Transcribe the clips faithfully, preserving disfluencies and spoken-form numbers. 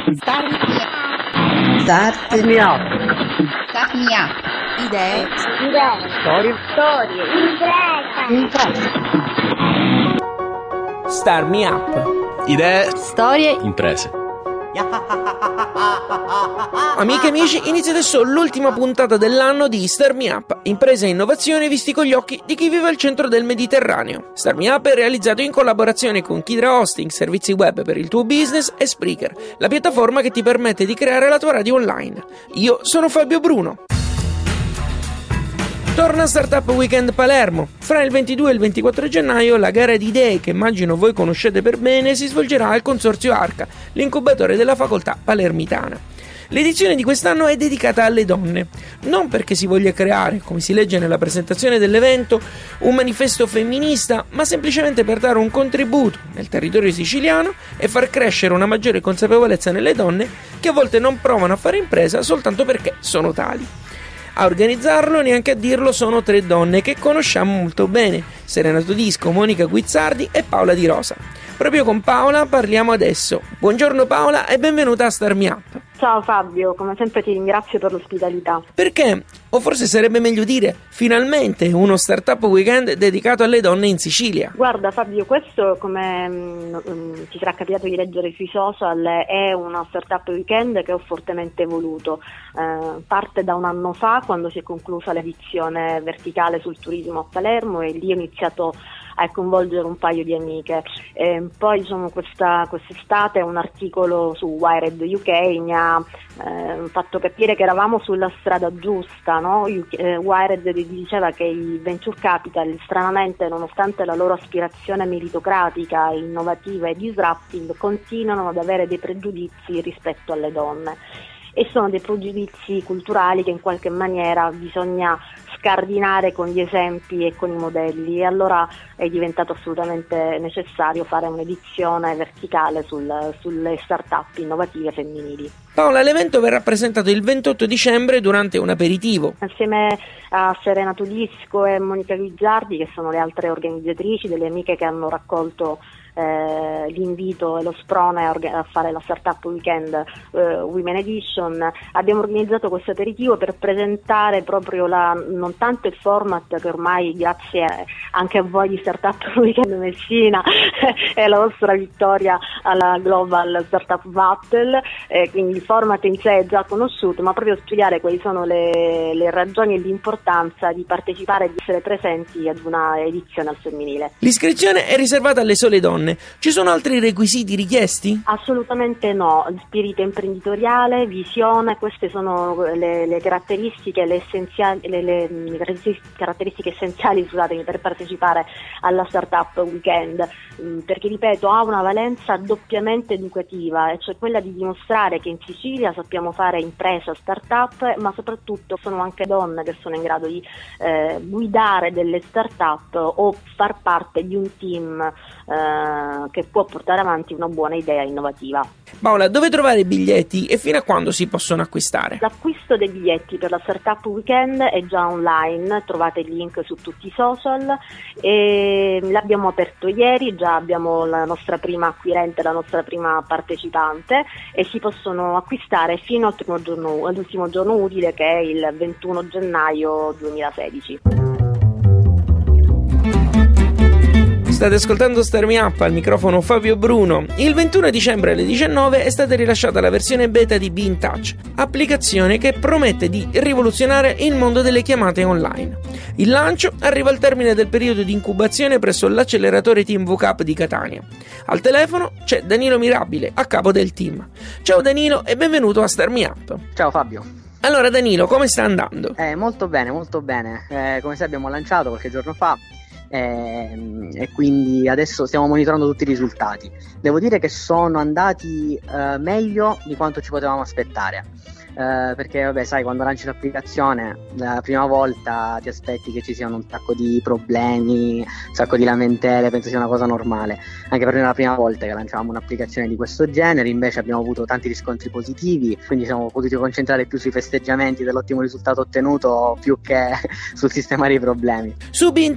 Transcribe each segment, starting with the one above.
Start Start me up. Start me up. Idee. Idee. Storie. Storie. Impresa. Impresa. Start me up. Idee. Storie. Imprese. Amiche e amici, inizia adesso l'ultima puntata dell'anno di Start Me Up, impresa e innovazione visti con gli occhi di chi vive al centro del Mediterraneo. Start Me Up è realizzato in collaborazione con Kidra Hosting, servizi web per il tuo business, e Spreaker, la piattaforma che ti permette di creare la tua radio online. Io sono Fabio Bruno. Torna Startup Weekend Palermo. Fra il ventidue e il ventiquattro gennaio la gara di idee, che immagino voi conoscete per bene, si svolgerà al Consorzio Arca, l'incubatore della facoltà palermitana. L'edizione di quest'anno è dedicata alle donne, non perché si voglia creare, come si legge nella presentazione dell'evento, un manifesto femminista, ma semplicemente per dare un contributo nel territorio siciliano e far crescere una maggiore consapevolezza nelle donne che a volte non provano a fare impresa soltanto perché sono tali. A organizzarlo, neanche a dirlo, sono tre donne che conosciamo molto bene: Serena Todisco, Monica Guizzardi e Paola Di Rosa. Proprio con Paola parliamo adesso. Buongiorno Paola e benvenuta a Start Me Up. Ciao Fabio, come sempre ti ringrazio per l'ospitalità. Perché, o forse sarebbe meglio dire, finalmente uno Startup Weekend dedicato alle donne in Sicilia? Guarda Fabio, questo, come mh, ti sarà capitato di leggere sui social, è uno Startup Weekend che ho fortemente voluto. Eh, parte da un anno fa, quando si è conclusa l'edizione verticale sul turismo a Palermo, e lì ho iniziato a coinvolgere un paio di amiche. E poi diciamo, questa quest'estate un articolo su Wired U K mi ha eh, fatto capire che eravamo sulla strada giusta, no? eh, Wired diceva che i venture capital, stranamente, nonostante la loro aspirazione meritocratica, innovativa e disruptive, continuano ad avere dei pregiudizi rispetto alle donne. E sono dei pregiudizi culturali che in qualche maniera bisogna scardinare con gli esempi e con i modelli, e allora è diventato assolutamente necessario fare un'edizione verticale sul, sulle start-up innovative femminili. Paola, l'evento verrà presentato il ventotto dicembre durante un aperitivo. Assieme a Serena Todisco e Monica Guizzardi, che sono le altre organizzatrici, delle amiche che hanno raccolto Eh, l'invito e lo sprone a, orga- a fare la Startup Weekend eh, Women Edition, abbiamo organizzato questo aperitivo per presentare proprio la, non tanto il format, che ormai grazie anche a voi di Startup Weekend Messina è la vostra vittoria alla Global Startup Battle, eh, quindi il format in sé è già conosciuto, ma proprio studiare quali sono le, le ragioni e l'importanza di partecipare e di essere presenti ad una edizione al femminile. L'iscrizione è riservata alle sole donne. Ci sono altri requisiti richiesti? Assolutamente no, spirito imprenditoriale, visione, queste sono le, le caratteristiche le essenziali, le, le, le caratteristiche essenziali scusatemi, per partecipare alla Startup Weekend, perché ripeto ha una valenza doppiamente educativa, e cioè quella di dimostrare che in Sicilia sappiamo fare impresa, startup, ma soprattutto sono anche donne che sono in grado di eh, guidare delle startup o far parte di un team eh, che può portare avanti una buona idea innovativa. Paola, dove trovare i biglietti e fino a quando si possono acquistare? L'acquisto dei biglietti per la Startup Weekend è già online, trovate il link su tutti i social, e l'abbiamo aperto ieri, già abbiamo la nostra prima acquirente, la nostra prima partecipante, e si possono acquistare fino al primo giorno, all'ultimo giorno utile, che è il ventuno gennaio duemilasedici. State ascoltando Start Me Up, al microfono Fabio Bruno. Il ventuno dicembre alle diciannove è stata rilasciata la versione beta di Be In Touch, applicazione che promette di rivoluzionare il mondo delle chiamate online. Il lancio arriva al termine del periodo di incubazione presso l'acceleratore Team V CAP di Catania. Al telefono c'è Danilo Mirabile, a capo del team. Ciao Danilo e benvenuto a Start Me Up. Ciao Fabio. Allora Danilo, come sta andando? Eh, molto bene, molto bene. Eh, come sai abbiamo lanciato qualche giorno fa. Eh, e quindi adesso stiamo monitorando tutti i risultati. Devo dire che sono andati eh, meglio di quanto ci potevamo aspettare. eh, perché vabbè, sai, quando lanci l'applicazione la prima volta ti aspetti che ci siano un sacco di problemi, un sacco di lamentele, penso sia una cosa normale, anche per noi è la prima volta che lanciavamo un'applicazione di questo genere. Invece abbiamo avuto tanti riscontri positivi, quindi siamo potuti concentrare più sui festeggiamenti dell'ottimo risultato ottenuto più che sul sistemare i problemi. Su be in touch punto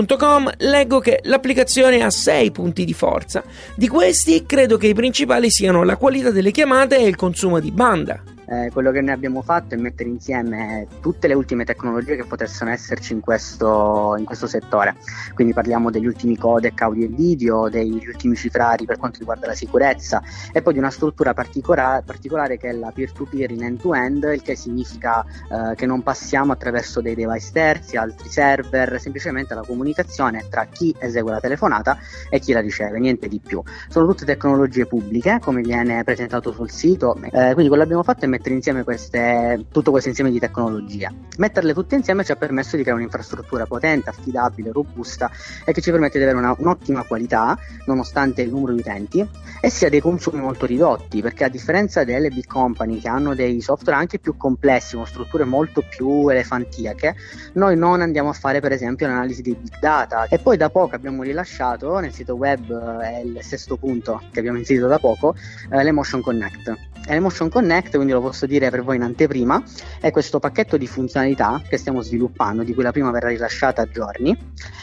punto com leggo che l'applicazione ha sei punti di forza. Di questi credo che i principali siano la qualità delle chiamate e il consumo di banda. Eh, quello che noi abbiamo fatto è mettere insieme tutte le ultime tecnologie che potessero esserci in questo, in questo settore, quindi parliamo degli ultimi codec audio e video, degli ultimi cifrari per quanto riguarda la sicurezza e poi di una struttura particolare, particolare che è la peer-to-peer in end-to-end, il che significa eh, che non passiamo attraverso dei device terzi, altri server, semplicemente la comunicazione tra chi esegue la telefonata e chi la riceve, niente di più. Sono tutte tecnologie pubbliche come viene presentato sul sito, eh, quindi quello che abbiamo fatto è mettere insieme queste, tutto questo insieme di tecnologie. Metterle tutte insieme ci ha permesso di creare un'infrastruttura potente, affidabile, robusta e che ci permette di avere una, un'ottima qualità nonostante il numero di utenti e sia dei consumi molto ridotti, perché a differenza delle big company che hanno dei software anche più complessi, con strutture molto più elefantiache, noi non andiamo a fare per esempio l'analisi dei big data. E poi da poco abbiamo rilasciato nel sito web, è il sesto punto che abbiamo inserito da poco, eh, l'Emotion Connect. E l'Emotion Connect, quindi lo posso dire per voi in anteprima, è questo pacchetto di funzionalità che stiamo sviluppando, di cui la prima verrà rilasciata a giorni,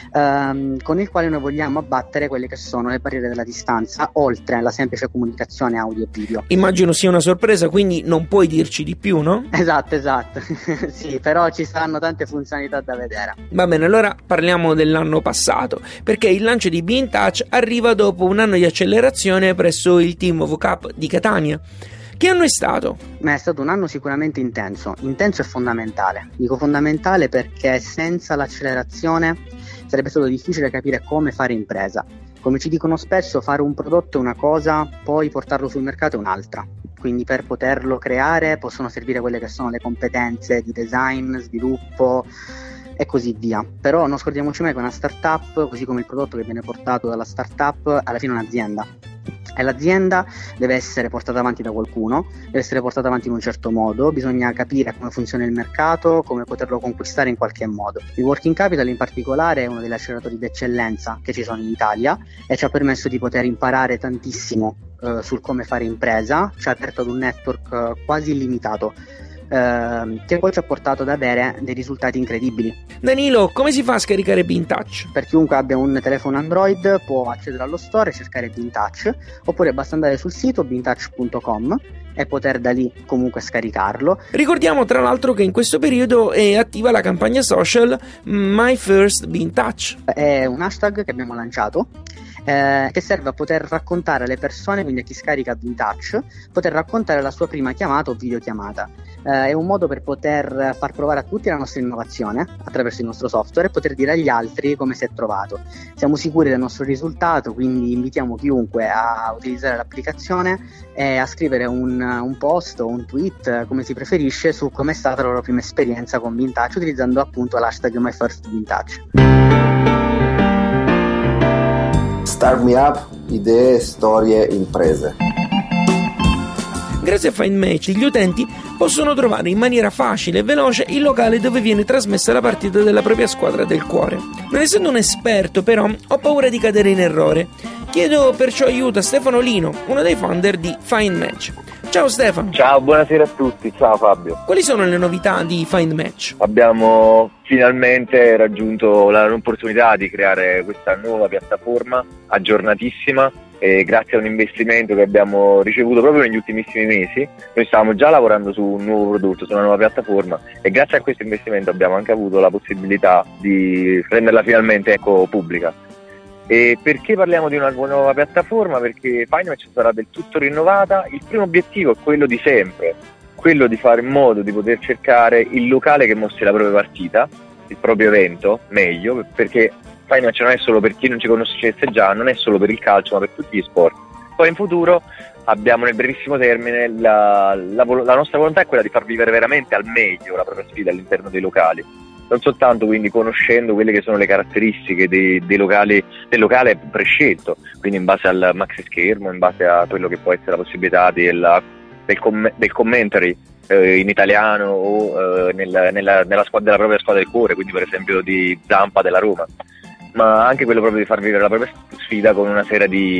ehm, con il quale noi vogliamo abbattere quelle che sono le barriere della distanza, oltre alla semplice comunicazione audio e video. Immagino sia una sorpresa, quindi non puoi dirci di più, no? Esatto, esatto. Sì, però ci saranno tante funzionalità da vedere. Va bene, allora parliamo dell'anno passato, perché il lancio di Be In Touch arriva dopo un anno di accelerazione presso il Team V K di Catania. Che anno è stato? Ma è stato un anno sicuramente intenso, intenso e fondamentale. Dico fondamentale perché senza l'accelerazione sarebbe stato difficile capire come fare impresa. Come ci dicono spesso, fare un prodotto è una cosa, poi portarlo sul mercato è un'altra. Quindi per poterlo creare possono servire quelle che sono le competenze di design, sviluppo e così via. Però non scordiamoci mai che una startup, così come il prodotto che viene portato dalla startup, alla fine è un'azienda. E l'azienda deve essere portata avanti da qualcuno, deve essere portata avanti in un certo modo, bisogna capire come funziona il mercato, come poterlo conquistare in qualche modo. Il Working Capital in particolare è uno degli acceleratori d'eccellenza che ci sono in Italia e ci ha permesso di poter imparare tantissimo eh, sul come fare impresa, ci ha aperto ad un network eh, quasi illimitato, Uh, che poi ci ha portato ad avere dei risultati incredibili. Danilo, come si fa a scaricare Be In Touch? Per chiunque abbia un telefono Android può accedere allo store e cercare Be In Touch, oppure basta andare sul sito be in touch punto com e poter da lì comunque scaricarlo. Ricordiamo tra l'altro che in questo periodo è attiva la campagna social My First Be In Touch. È un hashtag che abbiamo lanciato Eh, che serve a poter raccontare alle persone, quindi a chi scarica Be In Touch, poter raccontare la sua prima chiamata o videochiamata. Eh, è un modo per poter far provare a tutti la nostra innovazione attraverso il nostro software e poter dire agli altri come si è trovato. Siamo sicuri del nostro risultato, quindi invitiamo chiunque a utilizzare l'applicazione e a scrivere un, un post o un tweet, come si preferisce, su come è stata la loro prima esperienza con Be In Touch, utilizzando appunto l'hashtag My First Be In Touch. Start Me Up, idee, storie, imprese. Grazie a FindMatch gli utenti possono trovare in maniera facile e veloce il locale dove viene trasmessa la partita della propria squadra del cuore. Non essendo un esperto però ho paura di cadere in errore. Chiedo perciò aiuto a Stefano Lino, uno dei founder di FindMatch. Ciao Stefano. Ciao, buonasera a tutti, ciao Fabio. Quali sono le novità di FindMatch? Abbiamo finalmente raggiunto l'opportunità di creare questa nuova piattaforma aggiornatissima e grazie a un investimento che abbiamo ricevuto proprio negli ultimissimi mesi. Noi stavamo già lavorando su un nuovo prodotto, su una nuova piattaforma e grazie a questo investimento abbiamo anche avuto la possibilità di renderla finalmente ecco, pubblica. E perché parliamo di una nuova piattaforma? Perché FindMatch sarà del tutto rinnovata. Il primo obiettivo è quello di sempre, quello di fare in modo di poter cercare il locale che mostri la propria partita, il proprio evento, meglio, perché FindMatch non è solo per chi non ci conoscesse già, non è solo per il calcio, ma per tutti gli sport. Poi in futuro abbiamo nel brevissimo termine la, la, la nostra volontà è quella di far vivere veramente al meglio la propria sfida all'interno dei locali. Non soltanto quindi conoscendo quelle che sono le caratteristiche dei, dei locali, del locale prescelto, quindi in base al maxi schermo, in base a quello che può essere la possibilità della, del, com- del commentary eh, in italiano o eh, nel, nella, nella squadra, della propria squadra del cuore, quindi per esempio di Zampa della Roma, ma anche quello proprio di far vivere la propria sfida con una serie di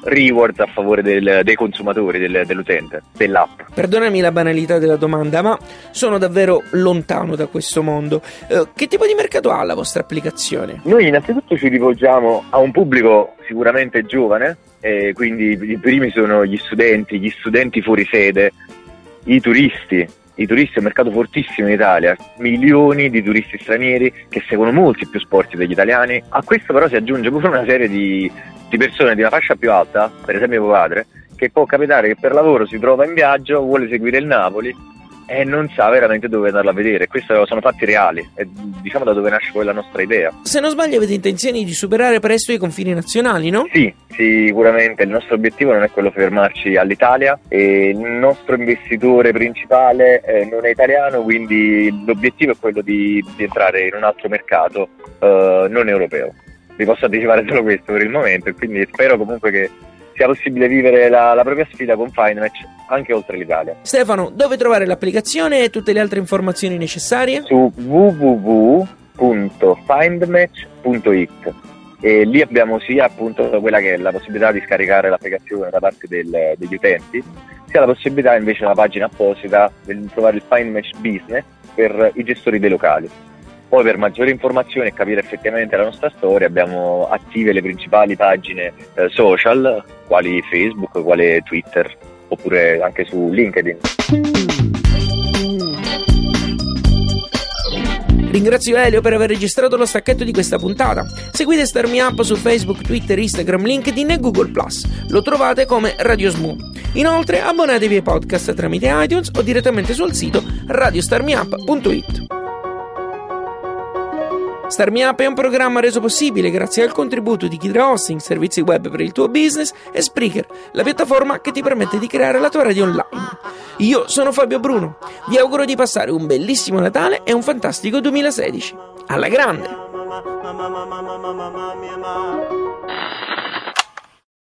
rewards a favore del, dei consumatori, del, dell'utente, dell'app. Perdonami la banalità della domanda, ma sono davvero lontano da questo mondo. Eh, che tipo di mercato ha la vostra applicazione? Noi innanzitutto ci rivolgiamo a un pubblico sicuramente giovane, e quindi i primi sono gli studenti, gli studenti fuori sede, i turisti. I turisti è un mercato fortissimo in Italia, milioni di turisti stranieri che seguono molti più sport degli italiani. A questo però si aggiunge pure una serie di, di persone di una fascia più alta, per esempio mio padre, che può capitare che per lavoro si trova in viaggio, vuole seguire il Napoli e non sa veramente dove andarla a vedere. Questi sono fatti reali, è diciamo da dove nasce poi la nostra idea. Se non sbaglio avete intenzione di superare presto i confini nazionali, no? Sì, sicuramente il nostro obiettivo non è quello fermarci all'Italia e il nostro investitore principale eh, non è italiano, quindi l'obiettivo è quello di, di entrare in un altro mercato eh, non europeo. Vi posso anticipare solo questo per il momento e quindi spero comunque che sia possibile vivere la, la propria sfida con FindMatch anche oltre l'Italia. Stefano, dove trovare l'applicazione e tutte le altre informazioni necessarie? Su w w w punto findmatch punto i t e lì abbiamo sia appunto quella che è la possibilità di scaricare l'applicazione da parte del, degli utenti, sia la possibilità invece una pagina apposita di trovare il FindMatch Business per i gestori dei locali. Poi per maggiori informazioni e capire effettivamente la nostra storia abbiamo attive le principali pagine eh, social, quali Facebook, quali Twitter, oppure anche su LinkedIn. Ringrazio Elio per aver registrato lo stacchetto di questa puntata. Seguite Start Me Up su Facebook, Twitter, Instagram, LinkedIn e Google plus. Lo trovate come Radio Smo. Inoltre abbonatevi ai podcast tramite iTunes o direttamente sul sito radio start me up punto i t. Start Me Up è un programma reso possibile grazie al contributo di Kidra Hosting, servizi web per il tuo business, e Spreaker, la piattaforma che ti permette di creare la tua radio online. Io sono Fabio Bruno, vi auguro di passare un bellissimo Natale e un fantastico duemilasedici. Alla grande!